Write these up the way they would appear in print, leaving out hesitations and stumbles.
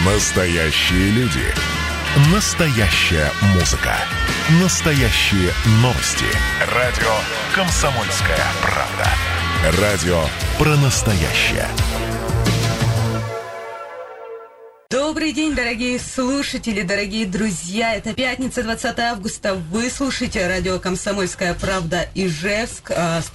Настоящие люди. Настоящая музыка. Настоящие новости. Радио «Комсомольская правда». Радио про настоящее. Добрый день, дорогие слушатели, дорогие друзья. Это пятница, 20 августа. Вы слушаете радио «Комсомольская правда» Ижевск,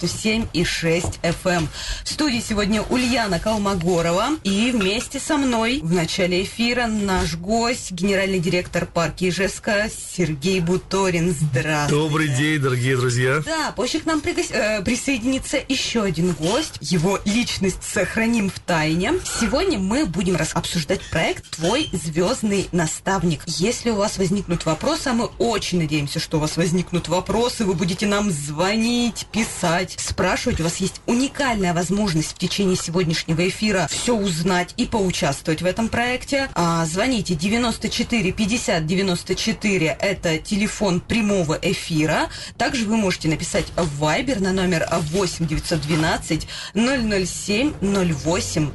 107,6 FM. В студии сегодня Ульяна Колмогорова. И вместе со мной в начале эфира наш гость, генеральный директор парка Ижевска Сергей Буторин. Здравствуйте. Добрый день, дорогие друзья. Да, позже к нам присоединится еще один гость. Его личность сохраним в тайне. Сегодня мы будем обсуждать проект «Твой звездный наставник». Если у вас возникнут вопросы, а мы очень надеемся, что у вас возникнут вопросы, вы будете нам звонить, писать, спрашивать. У вас есть уникальная возможность в течение сегодняшнего эфира все узнать и поучаствовать в этом проекте. Звоните 94 50 94, это телефон прямого эфира. Также вы можете написать в Viber на номер 8 912 007 08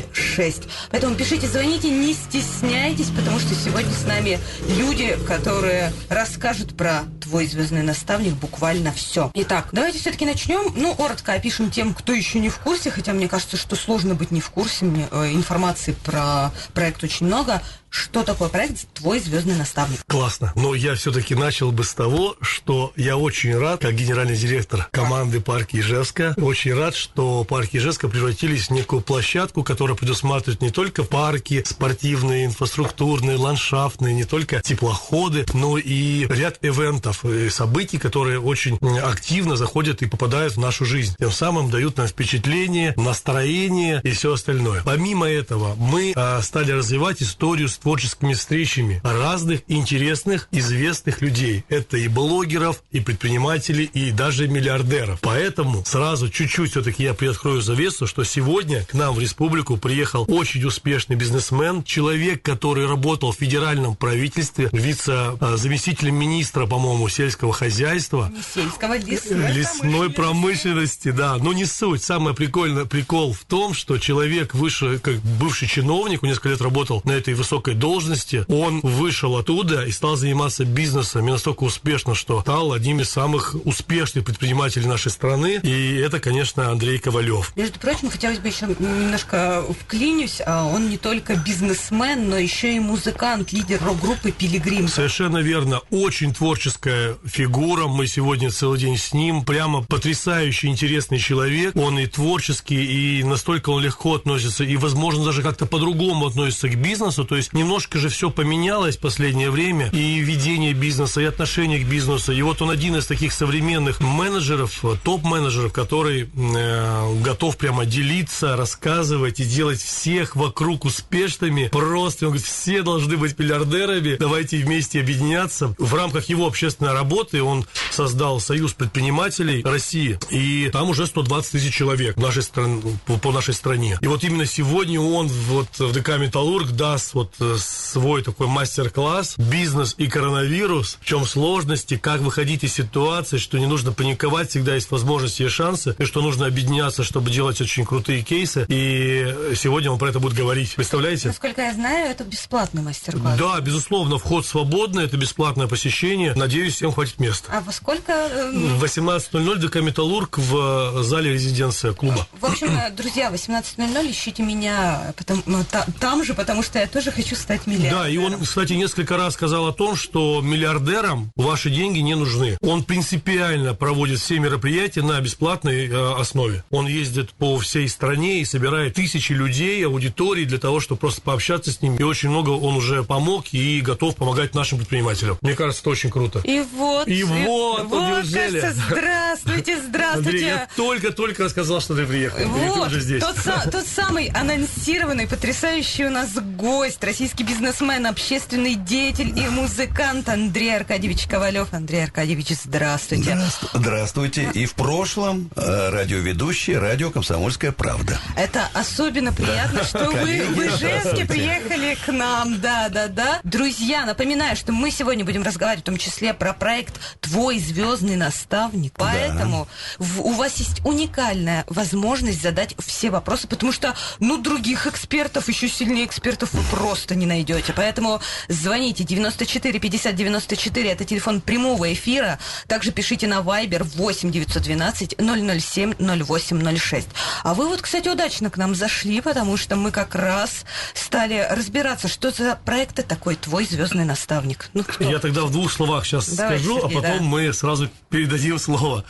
06. Поэтому пишите, звоните, не стесняйтесь, потому что сегодня с нами люди, которые расскажут про твой звездный наставник буквально все. Итак, давайте все-таки начнем. Коротко опишем тем, кто еще не в курсе, хотя мне кажется, что сложно быть не в курсе. Информации про проект очень много. Что такое проект «Твой звездный наставник»? Классно. Но я все-таки начал бы с того, что я очень рад, как генеральный директор команды парка Ижевска, очень рад, что парки Ижевска превратились в некую площадку, которая предусматривает не только парки спортивные, инфраструктурные, ландшафтные, не только теплоходы, но и ряд ивентов и событий, которые очень активно заходят и попадают в нашу жизнь. Тем самым дают нам впечатление, настроение и все остальное. Помимо этого, мы стали развивать историю с творческими встречами разных интересных, известных людей. Это и блогеров, и предпринимателей, и даже миллиардеров. Поэтому сразу чуть-чуть все-таки я приоткрою завесу, что сегодня к нам в республику приехал очень успешный бизнесмен, человек, который работал в федеральном правительстве, заместителем министра, по-моему, сельского хозяйства. Не сельского, лесной промышленности, да. Но не суть. Самое прикол в том, что человек как бывший чиновник, он несколько лет работал на этой высокой должности, он вышел оттуда и стал заниматься бизнесом, и настолько успешно, что стал одним из самых успешных предпринимателей нашей страны, и это, конечно, Андрей Ковалев. Между прочим, хотелось бы еще немножко вклинюсь, он не только бизнесмен, но еще и музыкант, лидер рок-группы «Пилигрим». Совершенно верно. Очень творческая фигура, мы сегодня целый день с ним, прямо потрясающий, интересный человек, он и творческий, и настолько он легко относится, и, возможно, даже как-то по-другому относится к бизнесу, то есть немножко же все поменялось в последнее время, и ведение бизнеса, и отношение к бизнесу. И вот он один из таких современных менеджеров, топ-менеджеров, который готов прямо делиться, рассказывать и делать всех вокруг успешными. Просто, он говорит, все должны быть миллиардерами, давайте вместе объединяться. В рамках его общественной работы он создал Союз предпринимателей России, и там уже 120 тысяч человек по нашей стране. И вот именно сегодня он в ДК «Металлург» даст свой такой мастер-класс «Бизнес и коронавирус», в чем сложности, как выходить из ситуации, что не нужно паниковать, всегда есть возможности и шансы, и что нужно объединяться, чтобы делать очень крутые кейсы. И сегодня он про это будет говорить. Представляете? Насколько я знаю, это бесплатный мастер-класс. Да, безусловно, вход свободный, это бесплатное посещение. Надеюсь, всем хватит места. А во сколько? В 18:00 ДК «Металлург» в зале резиденция клуба. В общем, друзья, 18:00 ищите меня там же, потому что я тоже хочу стать миллиардером. Да, и он, кстати, несколько раз сказал о том, что миллиардерам ваши деньги не нужны. Он принципиально проводит все мероприятия на бесплатной основе. Он ездит по всей стране и собирает тысячи людей, аудиторий для того, чтобы просто пообщаться с ними. И очень много он уже помог и готов помогать нашим предпринимателям. Мне кажется, это очень круто. Вот, неужели? Кажется, здравствуйте. Андрей, я только рассказал, что ты приехал. Вот, ты уже здесь. Тот самый анонсированный, потрясающий у нас гость, российский бизнесмен, общественный деятель и музыкант Андрей Аркадьевич Ковалев. Андрей Аркадьевич, здравствуйте. Здравствуйте. И в прошлом радиоведущий радио «Комсомольская правда». Это особенно приятно, что вы в Ижевске приехали к нам. Да. Друзья, напоминаю, что мы сегодня будем разговаривать в том числе про проект «Твой звездный наставник». Поэтому у вас есть уникальная возможность задать все вопросы, потому что, других экспертов, еще сильнее экспертов вы просто не найдете. Поэтому звоните 94 50 94, это телефон прямого эфира. Также пишите на Viber 8 912 007 0806. А вы кстати, удачно к нам зашли, потому что мы как раз стали разбираться, что за проект такой твой звездный наставник. Я тогда в двух словах сейчас скажу, Сергей, а потом мы сразу передадим слово.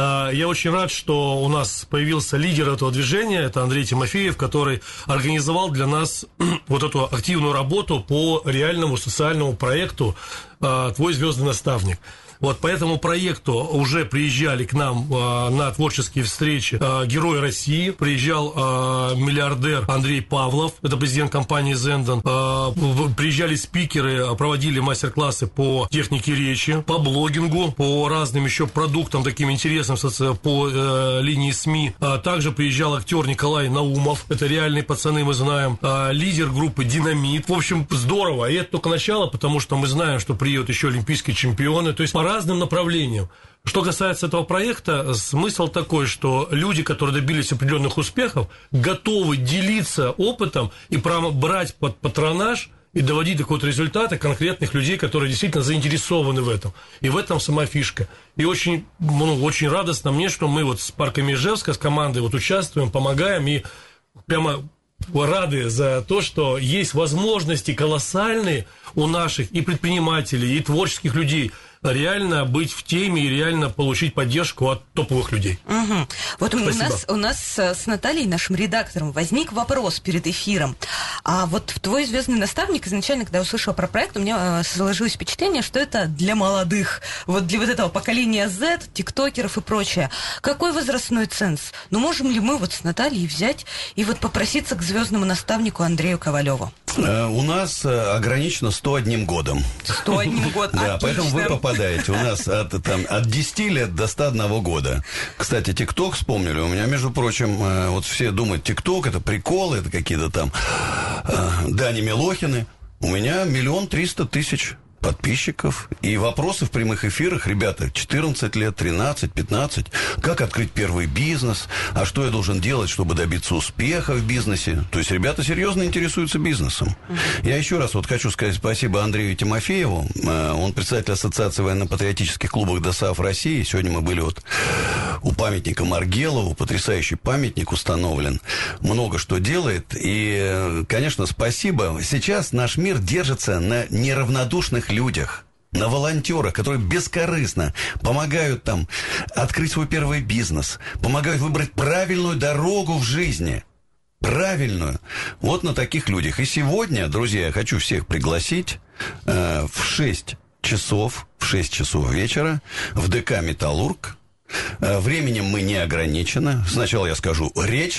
Я очень рад, что у нас появился лидер этого движения, это Андрей Тимофеев, который организовал для нас эту активную работу по реальному социальному проекту «Твой звездный наставник». По этому проекту уже приезжали к нам на творческие встречи герои России. Приезжал миллиардер Андрей Павлов, это президент компании Zendon. Приезжали спикеры, проводили мастер-классы по технике речи, по блогингу, по разным еще продуктам, таким интересным по линии СМИ. Также приезжал актер Николай Наумов, это реальные пацаны, мы знаем. Лидер группы «Динамит». В общем, здорово. И это только начало, потому что мы знаем, что приедут еще олимпийские чемпионы. То есть по разным направлениям. Что касается этого проекта, смысл такой, что люди, которые добились определенных успехов, готовы делиться опытом и брать под патронаж и доводить до какого-то результата конкретных людей, которые действительно заинтересованы в этом. И в этом сама фишка. И очень, очень радостно мне, что мы с парком Ижевска, с командой участвуем, помогаем и прямо рады за то, что есть возможности колоссальные у наших и предпринимателей, и творческих людей реально быть в теме и реально получить поддержку от топовых людей. Угу. У нас с Натальей, нашим редактором, возник вопрос перед эфиром. А твой звездный наставник, изначально, когда я услышала про проект, у меня сложилось впечатление, что это для молодых, для этого поколения Z, тиктокеров и прочее. Какой возрастной ценз? Можем ли мы с Натальей взять и попроситься к звездному наставнику Андрею Ковалеву? У нас ограничено 101 годом. 101 год, да, поэтому вы попадаете. У нас от 10 лет до 101 года. Кстати, ТикТок вспомнили. У меня, между прочим, все думают, ТикТок это приколы, это какие-то там Дани Милохины. У меня 1 300 000 подписчиков. И вопросы в прямых эфирах, ребята, 14 лет, 13, 15. Как открыть первый бизнес? А что я должен делать, чтобы добиться успеха в бизнесе? То есть ребята серьезно интересуются бизнесом. Я еще раз хочу сказать спасибо Андрею Тимофееву. Он председатель Ассоциации военно-патриотических клубов ДОСААФ России. Сегодня мы были у памятника Маргелову. Потрясающий памятник установлен. Много что делает. И, конечно, спасибо. Сейчас наш мир держится на неравнодушных людях, на волонтерах, которые бескорыстно помогают открыть свой первый бизнес, помогают выбрать правильную дорогу в жизни. Правильную. На таких людях. И сегодня, друзья, я хочу всех пригласить в 6 часов вечера в ДК «Металлург». Временем мы не ограничены. Сначала я скажу речь,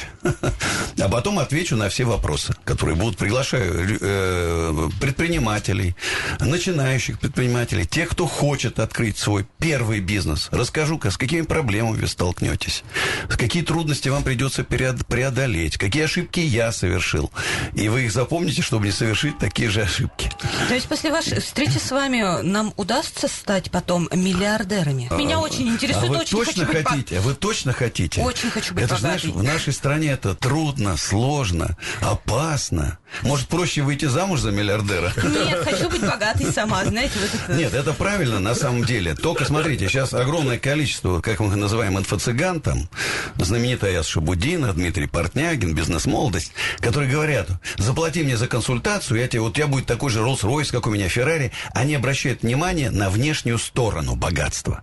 а потом отвечу на все вопросы, которые будут. Приглашаю предпринимателей, начинающих предпринимателей, тех, кто хочет открыть свой первый бизнес. Расскажу, с какими проблемами вы столкнетесь, какие трудности вам придется преодолеть, какие ошибки я совершил. И вы их запомните, чтобы не совершить такие же ошибки. То есть после вашей встречи с вами нам удастся стать потом миллиардерами? Меня очень интересует, Вы точно хотите? Очень хочу быть богатой. Знаешь, в нашей стране это трудно, сложно, опасно. Может, проще выйти замуж за миллиардера? Нет, хочу быть богатой сама, знаете. Нет, это правильно на самом деле. Только смотрите, сейчас огромное количество, как мы их называем, инфо-цыган, знаменитый Аяз Шабудинов, Дмитрий Портнягин, «Бизнес-молодость», которые говорят, заплати мне за консультацию, у тебя будет такой же Роллс-Ройс, как у меня Феррари. Они обращают внимание на внешнюю сторону богатства.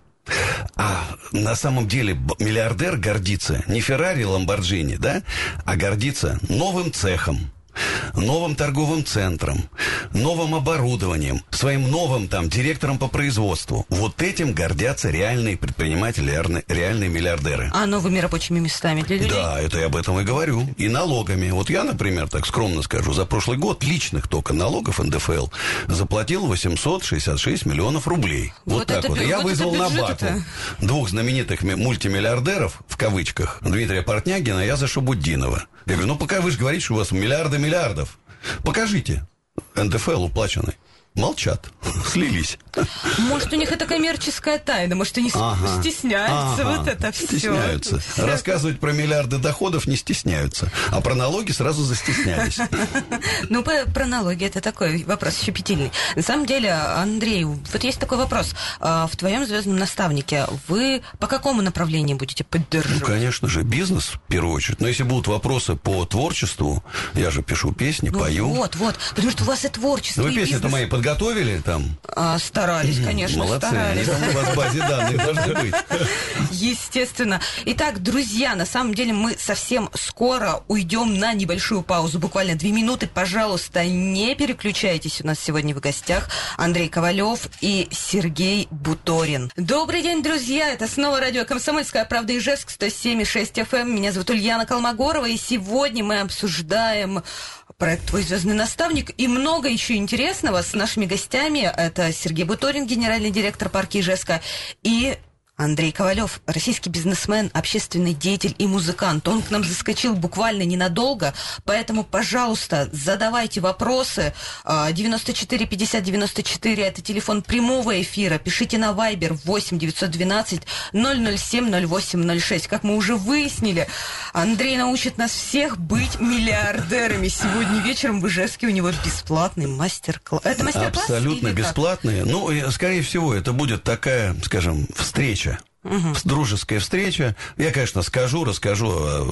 А на самом деле миллиардер гордится не Феррари, Ламборджини, а гордится новым цехом, новым торговым центром, новым оборудованием, своим новым директором по производству. Этим гордятся реальные предприниматели, реальные миллиардеры. А новыми рабочими местами для людей? Да, это я об этом и говорю. И налогами. Я, например, так скромно скажу, за прошлый год личных только налогов НДФЛ заплатил 866 миллионов рублей. Так. И я вызвал на батл 2 знаменитых мультимиллиардеров, в кавычках, Дмитрия Портнягина и Аяза Шабуддинова. Я говорю, пока вы же говорите, что у вас миллиарды миллиардов. Покажите НДФЛ уплаченный. молчат, слились. Может, у них это коммерческая тайна, может, они стесняются, вот это все. Стесняются. Рассказывать про миллиарды доходов не стесняются, а про налоги сразу застеснялись. Ну, про налоги это такой вопрос щепетильный. На самом деле, Андрей, вот есть такой вопрос. В твоем звездном наставнике вы по какому направлению будете поддерживать? Ну, конечно же, бизнес, в первую очередь. Но если будут вопросы по творчеству, я же пишу песни, пою. Вот, потому что у вас и творчество, вы и песни-то бизнес. мои подготовили там? Старались, конечно, молодцы, старались. они там у вас в базе данных должны быть. Естественно. Итак, друзья, на самом деле мы совсем скоро уйдем на небольшую паузу, буквально 2 минуты. Пожалуйста, не переключайтесь. У нас сегодня в гостях Андрей Ковалев и Сергей Буторин. Добрый день, друзья. Это снова радио «Комсомольская правда» Ижевск, 107,6 FM. Меня зовут Ульяна Колмогорова, и сегодня мы обсуждаем проект «Твой звездный наставник» и много еще интересного с нашими гостями. Это Сергей Буторин, генеральный директор парка Ижевска, и Андрей Ковалев, российский бизнесмен, общественный деятель и музыкант. Он к нам заскочил буквально ненадолго, поэтому, пожалуйста, задавайте вопросы. 94 50 94 – это телефон прямого эфира. Пишите на Viber 8 912 007 08 06. Как мы уже выяснили, Андрей научит нас всех быть миллиардерами. Сегодня вечером в Ижевске у него бесплатный мастер-класс. Это мастер-класс? Абсолютно бесплатный. Ну, скорее всего, это будет такая, скажем, встреча. Дружеская встреча. Я, конечно, расскажу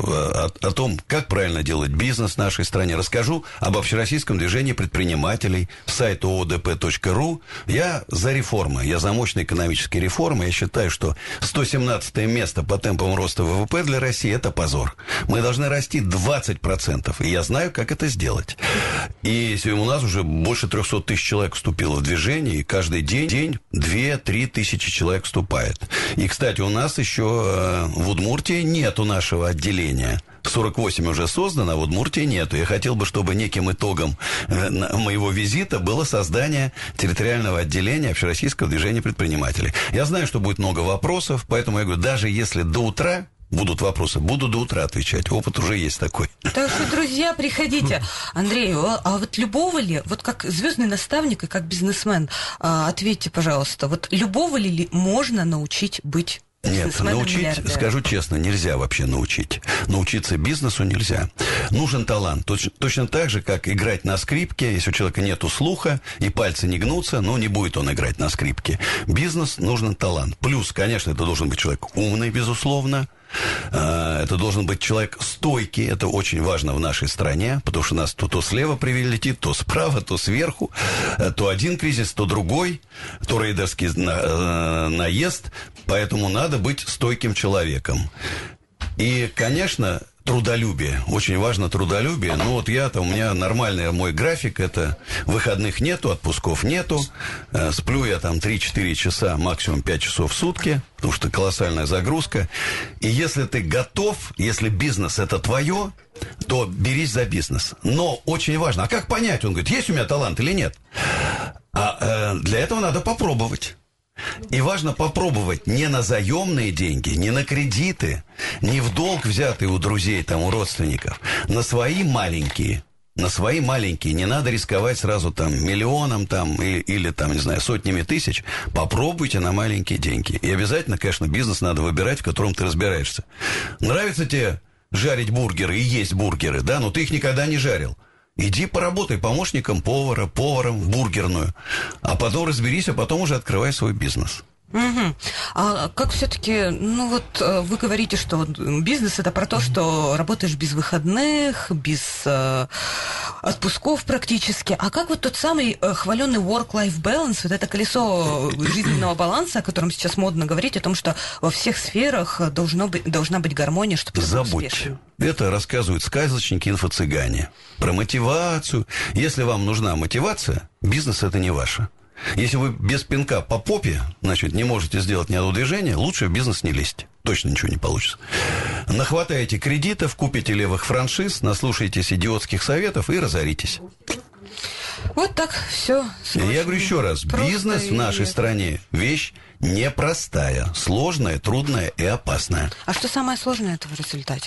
о том, как правильно делать бизнес в нашей стране. Расскажу об общероссийском движении предпринимателей, сайт oodp.ru. Я за реформы, я за мощные экономические реформы. Я считаю, что 117 место по темпам роста ВВП для России – это позор. Мы должны расти 20%. И я знаю, как это сделать. И у нас уже больше 300 тысяч человек вступило в движение, и каждый день 2-3 тысячи человек вступает. И, кстати, у нас еще в Удмуртии нету нашего отделения. 48 уже создано, а в Удмуртии нету. Я хотел бы, чтобы неким итогом моего визита было создание территориального отделения общероссийского движения предпринимателей. Я знаю, что будет много вопросов, поэтому я говорю, даже если до утра будут вопросы, буду до утра отвечать. Опыт уже есть такой. Так что, друзья, приходите. Андрей, а вот любого ли, вот как звездный наставник и как бизнесмен, ответьте, пожалуйста, вот любого ли можно научить быть Нет, научить, скажу честно, нельзя вообще научить. Научиться бизнесу нельзя. Нужен талант. Точно так же, как играть на скрипке. Если у человека нету слуха и пальцы не гнутся, не будет он играть на скрипке. Бизнес нужен талант. Плюс, конечно, это должен быть человек умный, безусловно. Это должен быть человек стойкий. Это очень важно в нашей стране, потому что нас то слева прилетит, то справа, то сверху. То один кризис, то другой. То рейдерский наезд. Поэтому надо быть стойким человеком. И, конечно, трудолюбие. Очень важно трудолюбие. У меня нормальный мой график. Это выходных нету, отпусков нету. Сплю я 3-4 часа, максимум 5 часов в сутки, потому что колоссальная загрузка. И если ты готов, если бизнес это твое, то берись за бизнес. Но очень важно. А как понять? Он говорит, есть у меня талант или нет? Для этого надо попробовать. И важно попробовать не на заемные деньги, не на кредиты, не в долг взятые у друзей, у родственников, на свои маленькие. Не надо рисковать сразу миллионом или не знаю, сотнями тысяч. Попробуйте на маленькие деньги. И обязательно, конечно, бизнес надо выбирать, в котором ты разбираешься. Нравится тебе жарить бургеры и есть бургеры, да, но ты их никогда не жарил. Иди поработай помощником поваром в бургерную. А потом разберись, а потом уже открывай свой бизнес. Угу. А как все-таки, вы говорите, что бизнес это про то, что работаешь без выходных, без отпусков практически. А как тот самый хваленый work-life balance, это колесо жизненного баланса, о котором сейчас модно говорить, о том, что во всех сферах должна быть гармония, чтобы ты был успешным? Это рассказывают сказочники, инфо-цыгане. Про мотивацию. Если вам нужна мотивация, бизнес это не ваше. Если вы без пинка по попе, не можете сделать ни одного движения, лучше в бизнес не лезьте. Точно ничего не получится. Нахватаете кредитов, купите левых франшиз, наслушаетесь идиотских советов и разоритесь. Вот так все. Я говорю еще раз, бизнес в нашей стране вещь непростая, сложная, трудная и опасная. А что самое сложное это в результате?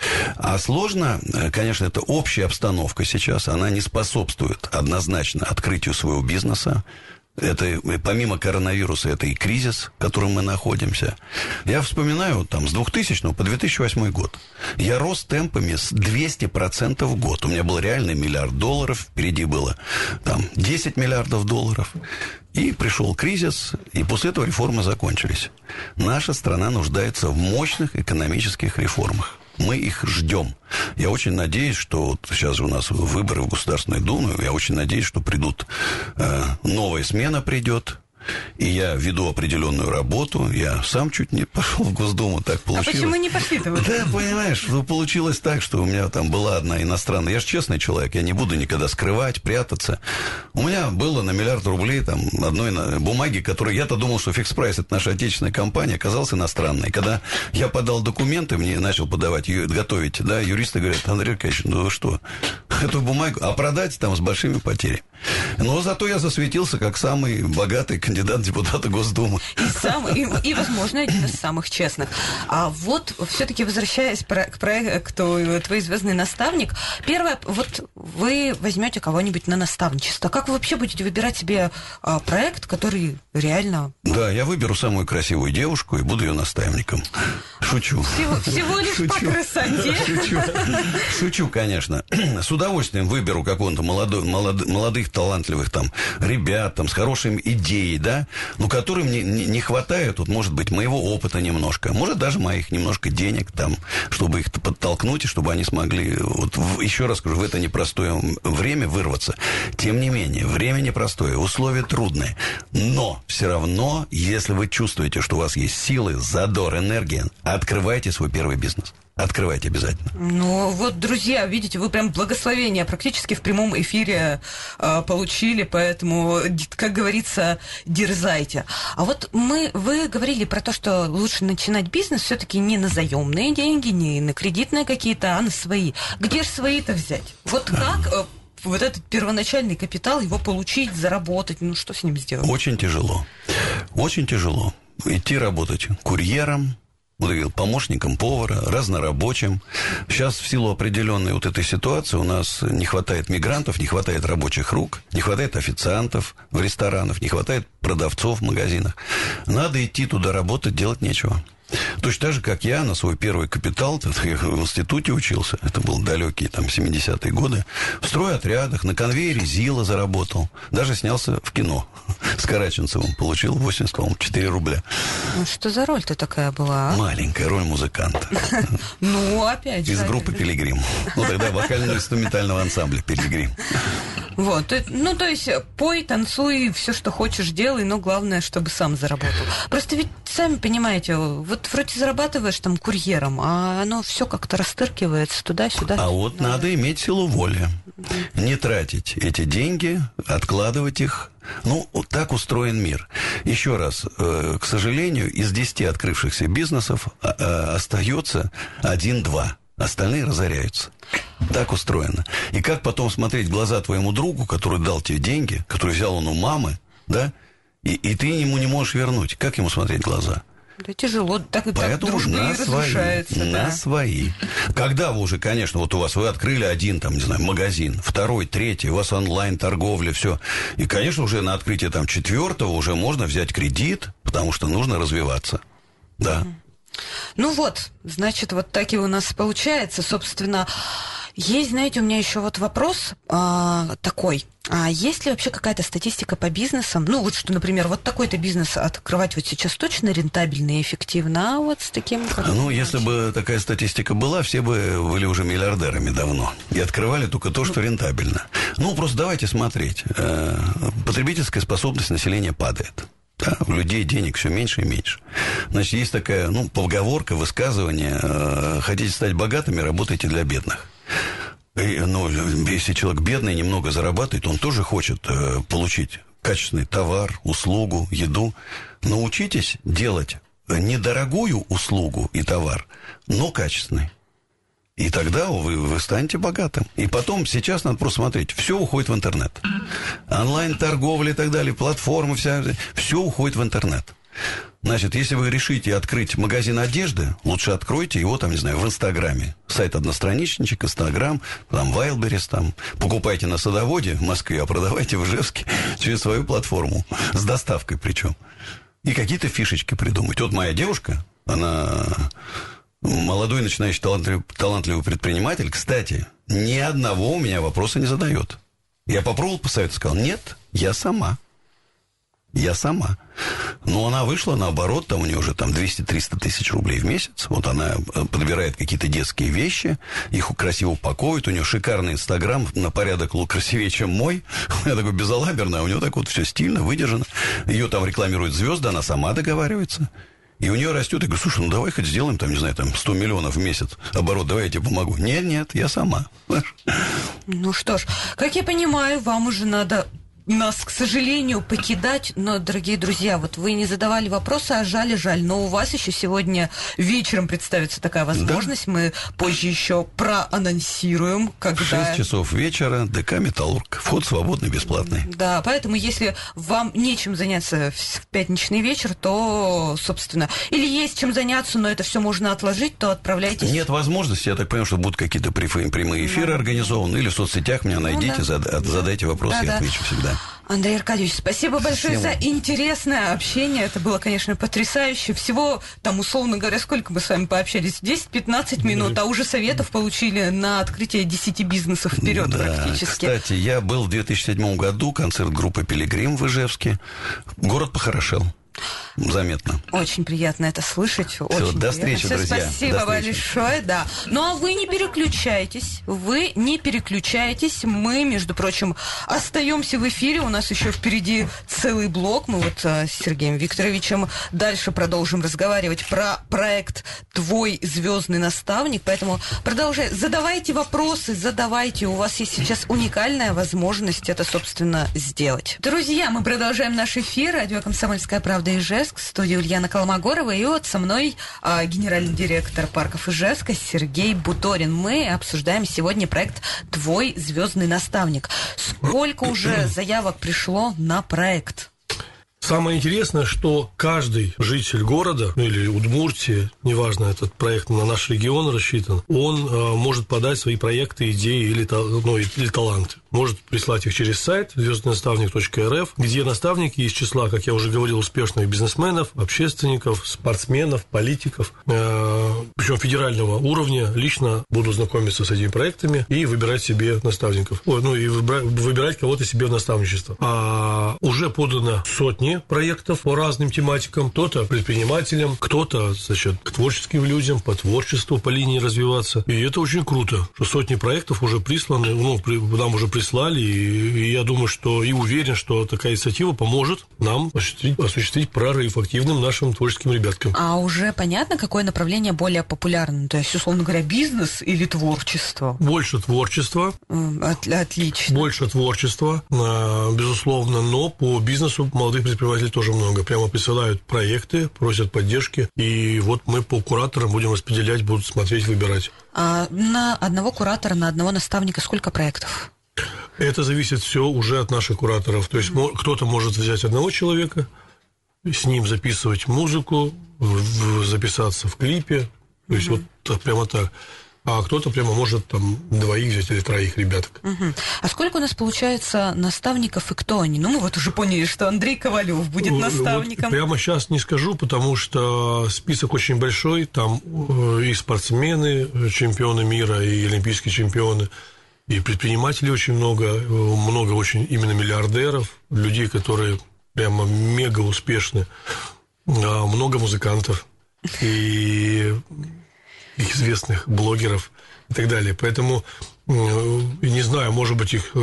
А сложно, конечно, это общая обстановка сейчас, она не способствует однозначно открытию своего бизнеса. Это, помимо коронавируса, это и кризис, в котором мы находимся. Я вспоминаю, там, с 2000 по 2008 год. Я рос темпами с 200% в год. У меня был реальный $1 миллиард, впереди было там 10 миллиардов долларов. И пришел кризис, и после этого реформы закончились. Наша страна нуждается в мощных экономических реформах. Мы их ждем. Я очень надеюсь, что вот сейчас же у нас выборы в Государственную Думу. Я очень надеюсь, что придут, новая смена придет. И я веду определенную работу. Я сам чуть не пошел в Госдуму, так получилось. А почему не пошли-то? Да, понимаешь, получилось так, что у меня там была одна иностранная. Я же честный человек, я не буду никогда скрывать, прятаться. У меня было на $1 миллиард там одной бумаги, которую я-то думал, что Fixed Price, это наша отечественная компания, оказалась иностранной. Когда я подал документы, мне начал готовить, да, юристы говорят: Андрей Аркадьевич, ну вы что, эту бумагу, а продать там с большими потерями. Но зато я засветился как самый богатый кандидат в депутата Госдумы. И, возможно, один из самых честных. А вот, все-таки возвращаясь к проекту «Твой звездный наставник», первое, вот вы возьмете кого-нибудь на наставничество. Как вы вообще будете выбирать себе проект, который реально... Да, я выберу самую красивую девушку и буду ее наставником. Шучу. Всего лишь по красоте. Шучу, конечно. С удовольствием выберу какого-то молодых, талантливых там ребят, там, с хорошими идеей, да, но которым не хватает, вот, может быть, моего опыта немножко, может, даже моих немножко денег, там, чтобы их подтолкнуть, и чтобы они смогли, вот, еще раз скажу, в это непростое время вырваться. Тем не менее, время непростое, условия трудные, но все равно, если вы чувствуете, что у вас есть силы, задор, энергия, открывайте свой первый бизнес. Открывайте обязательно. Ну, вот, друзья, видите, вы прям благословение практически в прямом эфире получили, поэтому, как говорится, дерзайте. А вот вы говорили про то, что лучше начинать бизнес все-таки не на заемные деньги, не на кредитные какие-то, а на свои. Где же свои-то взять? Вот как вот этот первоначальный капитал, его получить, заработать, ну, что с ним сделать? Очень тяжело. Очень тяжело. Идти работать курьером, помощником повара, разнорабочим. Сейчас в силу определенной вот этой ситуации у нас не хватает мигрантов, не хватает рабочих рук, не хватает официантов в ресторанах, не хватает продавцов в магазинах. Надо идти туда работать, делать нечего. Точно так же, как я на свой первый капитал, я в институте учился, это был далекие там 70-е годы, в стройотрядах, на конвейере ЗИЛа заработал, даже снялся в кино с Караченцевым, получил 84 рубля. Что за роль-то такая была? Маленькая роль музыканта. Ну, опять же. Из группы «Пилигрим». Ну, тогда вокально-инструментального ансамбля «Пилигрим». Вот, ну, то есть, пой, танцуй, все, что хочешь, делай, но главное, чтобы сам заработал. Просто ведь, сами понимаете, вот вроде зарабатываешь там курьером, а оно все как-то растыркивается туда-сюда. А вот надо иметь силу воли. Не тратить эти деньги, откладывать их. Ну, вот так устроен мир. Еще раз, к сожалению, из 10 открывшихся бизнесов остается 1-2. Остальные разоряются. Так устроено. И как потом смотреть в глаза твоему другу, который дал тебе деньги, который взял он у мамы, да, и ты ему не можешь вернуть. Как ему смотреть в глаза? Да тяжело, так и так дружба и разрушается. На свои. Когда вы уже, конечно, вот у вас, вы открыли один, там, не знаю, магазин, второй, третий, у вас онлайн-торговля, все. И, конечно, уже на открытие там 4-го уже можно взять кредит, потому что нужно развиваться. Да. Ну вот, значит, вот так и у нас получается. Собственно, есть, знаете, у меня еще вот вопрос такой. А есть ли вообще какая-то статистика по бизнесам? Ну, вот что, например, вот такой-то бизнес открывать вот сейчас точно рентабельно и эффективно, а вот с таким... Ну, если бы такая статистика была, все бы были уже миллиардерами давно. И открывали только то, что рентабельно. Ну, просто давайте смотреть. Потребительская способность населения падает. Да, у людей денег все меньше и меньше. Значит, есть такая, поговорка, высказывание: хотите стать богатыми, работайте для бедных. Если человек бедный, немного зарабатывает, он тоже хочет получить качественный товар, услугу, еду. Научитесь делать недорогую услугу и товар, но качественный. И тогда вы станете богатым. И потом, сейчас надо просто смотреть, все уходит в интернет. Онлайн-торговля и так далее, платформы, все уходит в интернет. Значит, если вы решите открыть магазин одежды, лучше откройте его, там, не знаю, в Инстаграме. Сайт одностраничничек, Инстаграм, там, Wildberries, там. Покупайте на Садоводе в Москве, а продавайте в Ижевске через свою платформу. С доставкой причем. И какие-то фишечки придумать. Вот моя девушка, она молодой, начинающий талантливый предприниматель. Кстати, ни одного у меня вопроса не задает. Я попробовал посоветовать, сказал, нет, я сама. Но она вышла, наоборот, там у нее уже там 200-300 тысяч рублей в месяц. Вот она подбирает какие-то детские вещи, их красиво упаковывает. У нее шикарный Инстаграм, на порядок красивее, чем мой. Я такой безалаберный, а у нее так вот все стильно, выдержано. Ее там рекламируют звезды, она сама договаривается. И у нее растет. Я говорю, слушай, ну давай хоть сделаем там, не знаю, там 100 миллионов в месяц оборот, давай я тебе помогу. Нет, я сама. Ну что ж, как я понимаю, вам уже надо нас, к сожалению, покидать. Но, дорогие друзья, вот вы не задавали вопросы, а жаль. Но у вас еще сегодня вечером представится такая возможность. Да. Мы позже еще проанонсируем, когда... 6 часов вечера, ДК «Металлург». Вход свободный, бесплатный. Да, поэтому, если вам нечем заняться в пятничный вечер, то, собственно, или есть чем заняться, но это все можно отложить, то отправляйтесь. Нет возможности, я так понимаю, что будут какие-то прямые эфиры организованы, или в соцсетях меня найдите, задайте вопросы, я отвечу всегда. Андрей Аркадьевич, спасибо большое за интересное общение. Это было, конечно, потрясающе. Всего, там, условно говоря, сколько мы с вами пообщались? 10-15 минут, а уже советов получили на открытие 10 бизнесов вперед практически. Кстати, я был в 2007 году, концерт группы «Пилигрим» в Ижевске. Город похорошел. Заметно. Очень приятно это слышать. Все, очень до встречи, приятно. друзья. Спасибо большое, да. Ну, а вы не переключайтесь. Мы, между прочим, остаемся в эфире. У нас еще впереди целый блок. Мы вот с Сергеем Викторовичем дальше продолжим разговаривать про проект «Твой звездный наставник». Поэтому продолжайте. Задавайте вопросы, задавайте. У вас есть сейчас уникальная возможность это, собственно, сделать. Друзья, мы продолжаем наш эфир. Радио «Комсомольская правда» Ижевск, студия Ульяна Колмогорова, и вот со мной генеральный директор парков Ижевска Сергей Буторин. Мы обсуждаем сегодня проект «Твой звездный наставник». Сколько уже заявок пришло на проект? Самое интересное, что каждый житель города или Удмуртии, неважно, этот проект на наш регион рассчитан, он может подать свои проекты, идеи или таланты. Может прислать их через сайт звездныйнаставник.рф, где наставники из числа, как я уже говорил, успешных бизнесменов, общественников, спортсменов, политиков, причем федерального уровня, лично будут знакомиться с этими проектами и выбирать себе наставников. И выбирать кого-то себе в наставничество. Уже подано сотни проектов по разным тематикам. Кто-то предпринимателям, кто-то, к творческим людям, по творчеству, по линии развиваться. И это очень круто, что сотни проектов уже присланы, нам уже прислали, и я думаю, что и уверен, что такая инициатива поможет нам осуществить прорыв активным нашим творческим ребяткам. А уже понятно, какое направление более популярно? То есть, условно говоря, бизнес или творчество? Больше творчества. Отлично. Больше творчества, безусловно, но по бизнесу молодых предпринимателей тоже много. Прямо присылают проекты, просят поддержки, и вот мы по кураторам будем распределять, будут смотреть, выбирать. А на одного куратора, на одного наставника сколько проектов? Это зависит все уже от наших кураторов. То есть кто-то может взять одного человека, с ним записывать музыку, записаться в клипе, то есть вот прямо так. А кто-то прямо может там 2 взять или 3 ребяток. А сколько у нас получается наставников и кто они? Мы вот уже поняли, что Андрей Ковалев будет наставником. Вот прямо сейчас не скажу, потому что список очень большой. Там и спортсмены, чемпионы мира, и олимпийские чемпионы, и предпринимателей очень много очень именно миллиардеров, людей, которые прямо мега успешны, много музыкантов и известных блогеров и так далее. Поэтому, не знаю, может быть, их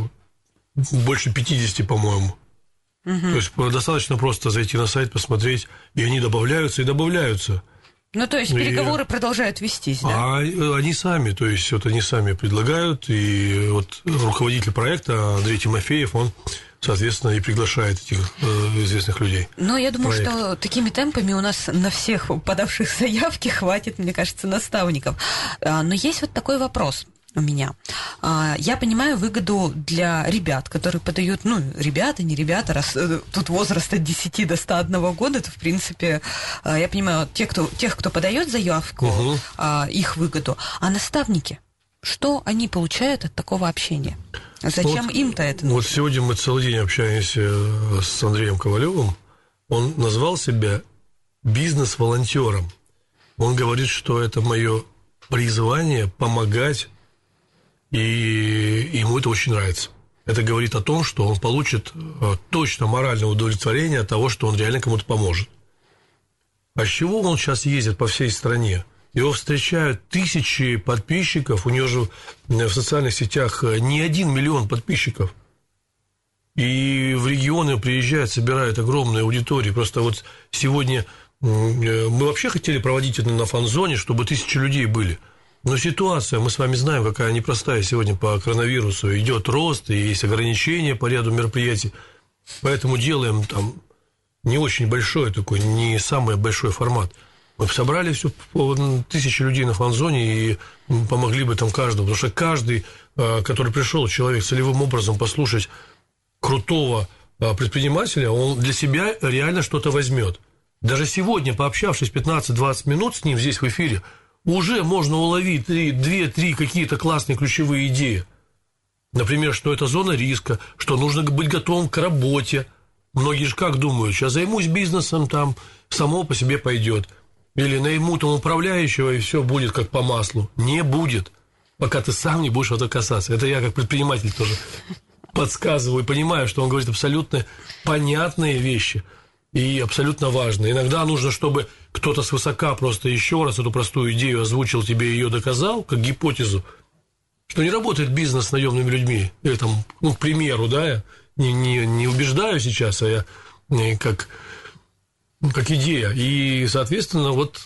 больше 50, по-моему. То есть достаточно просто зайти на сайт, посмотреть, и они добавляются и добавляются. То есть переговоры продолжают вестись, да? Они сами, то есть вот они сами предлагают, и вот руководитель проекта Андрей Тимофеев, он, соответственно, и приглашает этих известных людей. Но я думаю, что такими темпами у нас на всех подавших заявки хватит, мне кажется, наставников. Но есть вот такой вопрос. у меня. Я понимаю выгоду для ребят, которые подают, ребята, не ребята, раз тут возраст от 10 до 101 года, то, в принципе, я понимаю, тех, кто подает заявку, их выгоду. А наставники, что они получают от такого общения? Зачем им-то это нужно? Вот сегодня мы целый день общаемся с Андреем Ковалевым. Он назвал себя бизнес-волонтером. Он говорит, что это мое призвание помогать, и ему это очень нравится. Это говорит о том, что он получит точно моральное удовлетворение от того, что он реально кому-то поможет. А с чего он сейчас ездит по всей стране? Его встречают тысячи подписчиков, у него же в социальных сетях не 1 миллион подписчиков. И в регионы приезжают, собирают огромные аудитории. Просто вот сегодня мы вообще хотели проводить это на фан-зоне, чтобы 1000 людей были. Но ситуация, мы с вами знаем, какая непростая сегодня по коронавирусу. Идет рост, и есть ограничения по ряду мероприятий. Поэтому делаем там не очень большой такой, не самый большой формат. Мы собрали все 1000 людей на фан-зоне и помогли бы там каждому. Потому что каждый, который пришел, человек целевым образом послушать крутого предпринимателя, он для себя реально что-то возьмет. Даже сегодня, пообщавшись 15-20 минут с ним здесь в эфире, уже можно уловить 2-3 какие-то классные ключевые идеи. Например, что это зона риска, что нужно быть готовым к работе. Многие же как думают, сейчас займусь бизнесом, там само по себе пойдет. Или найму там управляющего, и все будет как по маслу. Не будет, пока ты сам не будешь в это касаться. Это я как предприниматель тоже подсказываю и понимаю, что он говорит абсолютно понятные вещи и абсолютно важные. Иногда нужно, чтобы кто-то свысока просто еще раз эту простую идею озвучил тебе и ее доказал, как гипотезу, что не работает бизнес с наемными людьми. Или там, к примеру, да, я не убеждаю сейчас, а я как идея. И, соответственно, вот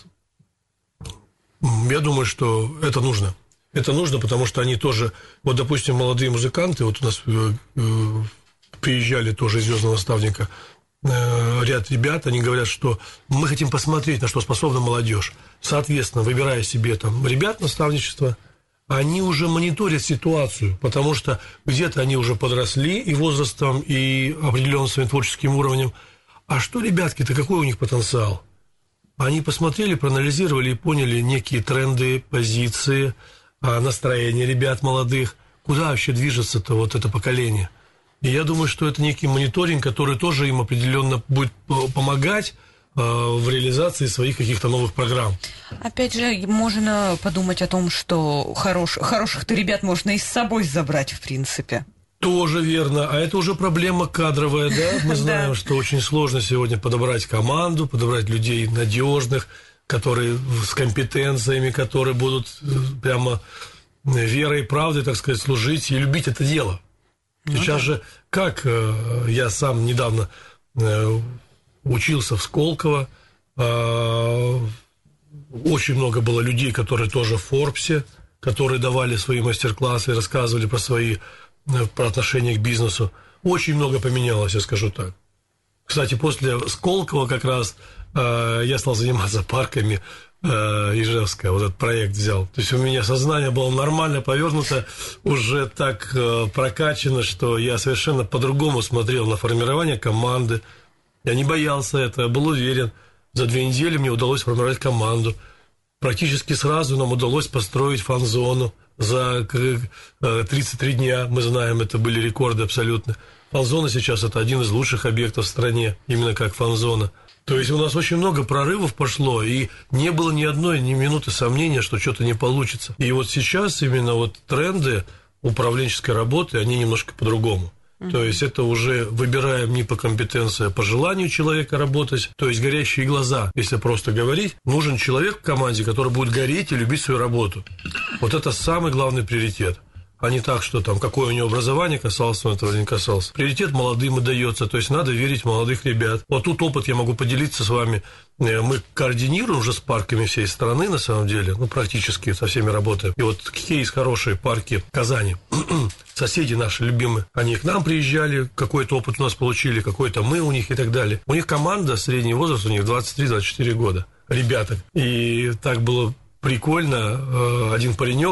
я думаю, что это нужно. Это нужно, потому что они тоже, вот, допустим, молодые музыканты, вот у нас приезжали тоже из «Звездного наставника» ряд ребят, они говорят, что мы хотим посмотреть, на что способна молодежь. Соответственно, выбирая себе там ребят наставничества, они уже мониторят ситуацию, потому что где-то они уже подросли и возрастом, и определенным своим творческим уровнем. А что, ребятки-то, какой у них потенциал? Они посмотрели, проанализировали и поняли некие тренды, позиции, настроение ребят молодых, куда вообще движется-то вот это поколение. И я думаю, что это некий мониторинг, который тоже им определенно будет помогать в реализации своих каких-то новых программ. Опять же, можно подумать о том, что хороших-то ребят можно и с собой забрать, в принципе. Тоже верно. А это уже проблема кадровая, да? Мы знаем, что очень сложно сегодня подобрать команду, подобрать людей надежных, которые с компетенциями, которые будут прямо верой и правдой, так сказать, служить и любить это дело. Сейчас же, как я сам недавно учился в Сколково, очень много было людей, которые тоже в Форбсе, которые давали свои мастер-классы и рассказывали про отношение к бизнесу. Очень много поменялось, я скажу так. Кстати, после Сколково как раз я стал заниматься парками Ижевска, вот этот проект взял. То есть у меня сознание было нормально повернуто, уже так прокачано, что я совершенно по-другому смотрел на формирование команды. Я не боялся этого, я был уверен. За 2 недели мне удалось формировать команду. Практически сразу нам удалось построить фан-зону. За 33 дня, мы знаем, это были рекорды абсолютно. Фан-зона сейчас это один из лучших объектов в стране, именно как фан-зона. То есть у нас очень много прорывов пошло, и не было ни одной ни минуты сомнения, что что-то не получится. И вот сейчас именно вот тренды управленческой работы, они немножко по-другому. То есть это уже выбираем не по компетенции, а по желанию человека работать. То есть горящие глаза, если просто говорить. Нужен человек в команде, который будет гореть и любить свою работу. Вот это самый главный приоритет. А не так, что там, какое у него образование, касался он этого или не касался. Приоритет молодым и дается, то есть надо верить в молодых ребят. Вот тут опыт я могу поделиться с вами. Мы координируем уже с парками всей страны, на самом деле, практически со всеми работаем. И вот кейс хорошие парки Казани. Соседи наши любимые, они к нам приезжали, какой-то опыт у нас получили, какой-то мы у них и так далее. У них команда, средний возраст у них 23-24 года, ребята. И так было прикольно, один паренек,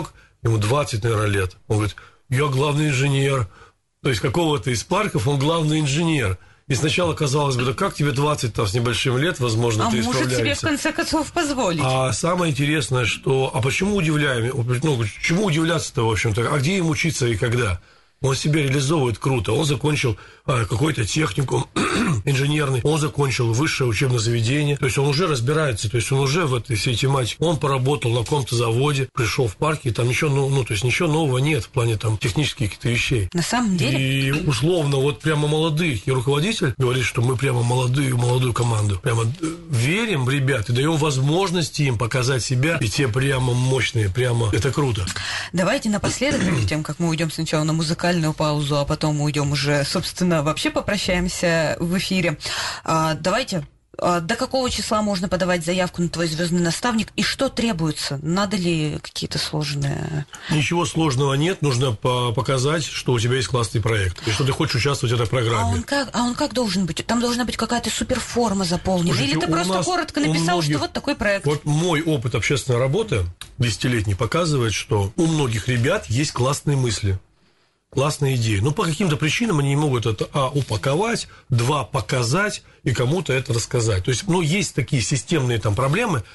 ему 20, наверное, лет. Он говорит, я главный инженер. То есть какого-то из парков он главный инженер. И сначала казалось бы, да как тебе 20 там, с небольшим лет, возможно, ты справляешься. А может себе в конце концов позволить. А самое интересное, что... А почему удивляем? Ну, чему удивляться-то, в общем-то? А где им учиться и когда? Он себя реализовывает круто. Он закончил какой-то техникум инженерный, он закончил высшее учебное заведение. То есть он уже разбирается, то есть он уже в этой всей тематике. Он поработал на каком-то заводе, пришел в парк, и там ничего, то есть ничего нового нет в плане там технических каких-то вещей. На самом деле? И условно вот прямо молодых. И руководитель говорит, что мы прямо молодую команду. Прямо верим в ребят и даем возможности им показать себя. И те прямо мощные, прямо это круто. Давайте напоследок, перед тем, как мы уйдем сначала на музыкальную паузу, а потом мы уйдем уже, собственно, вообще попрощаемся в эфире. Давайте, до какого числа можно подавать заявку на твой звездный наставник и что требуется? Надо ли какие-то сложные... Ничего сложного нет, нужно показать, что у тебя есть классный проект и что ты хочешь участвовать в этой программе. А он как должен быть? Там должна быть какая-то суперформа заполнена? Слушайте, или ты просто коротко написал, что вот такой проект? Вот мой опыт общественной работы 10-летний показывает, что у многих ребят есть классные мысли. Классная идея. Но по каким-то причинам они не могут это, упаковать, показать и кому-то это рассказать. То есть, есть такие системные там проблемы,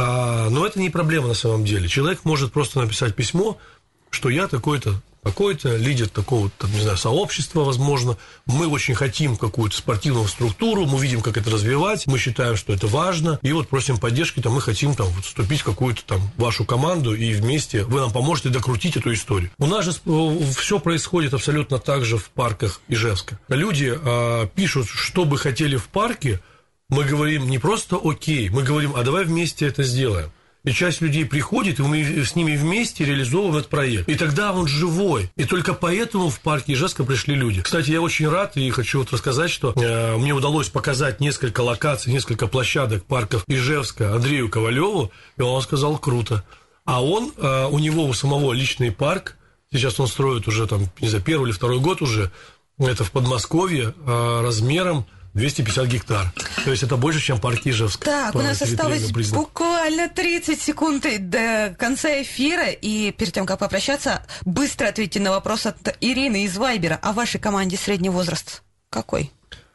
но это не проблема на самом деле. Человек может просто написать письмо, что я такой-то, лидер такого, не знаю, сообщества, возможно. Мы очень хотим какую-то спортивную структуру, мы видим, как это развивать, мы считаем, что это важно, и вот просим поддержки, мы хотим вступить в какую-то вашу команду, и вместе вы нам поможете докрутить эту историю. У нас же все происходит абсолютно так же в парках Ижевска. Люди пишут, что бы хотели в парке, мы говорим не просто окей, мы говорим, а давай вместе это сделаем. И часть людей приходит, и мы с ними вместе реализовываем этот проект. И тогда он живой. И только поэтому в парке Ижевска пришли люди. Кстати, я очень рад и хочу рассказать, что мне удалось показать несколько локаций, несколько площадок парков Ижевска Андрею Ковалеву, и он сказал, круто. А у него у самого личный парк, сейчас он строит уже первый или второй год уже, это в Подмосковье, размером 250 гектар. То есть это больше, чем парк Ижевск. Так, у нас осталось буквально 30 секунд до конца эфира. И перед тем, как попрощаться, быстро ответьте на вопрос от Ирины из Вайбера. О вашей команде средний возраст какой?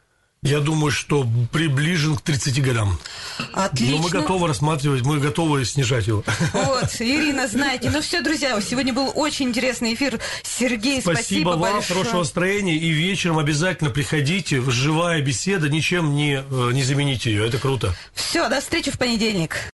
Я думаю, что приближен к 30 годам. Отлично. Но мы готовы рассматривать, мы готовы снижать его. Вот, Ирина, знаете. Ну все, друзья, сегодня был очень интересный эфир. Сергей, спасибо вам, большое. хорошего настроения. И вечером обязательно приходите. Живая беседа, ничем не замените ее. Это круто. Все, до встречи в понедельник.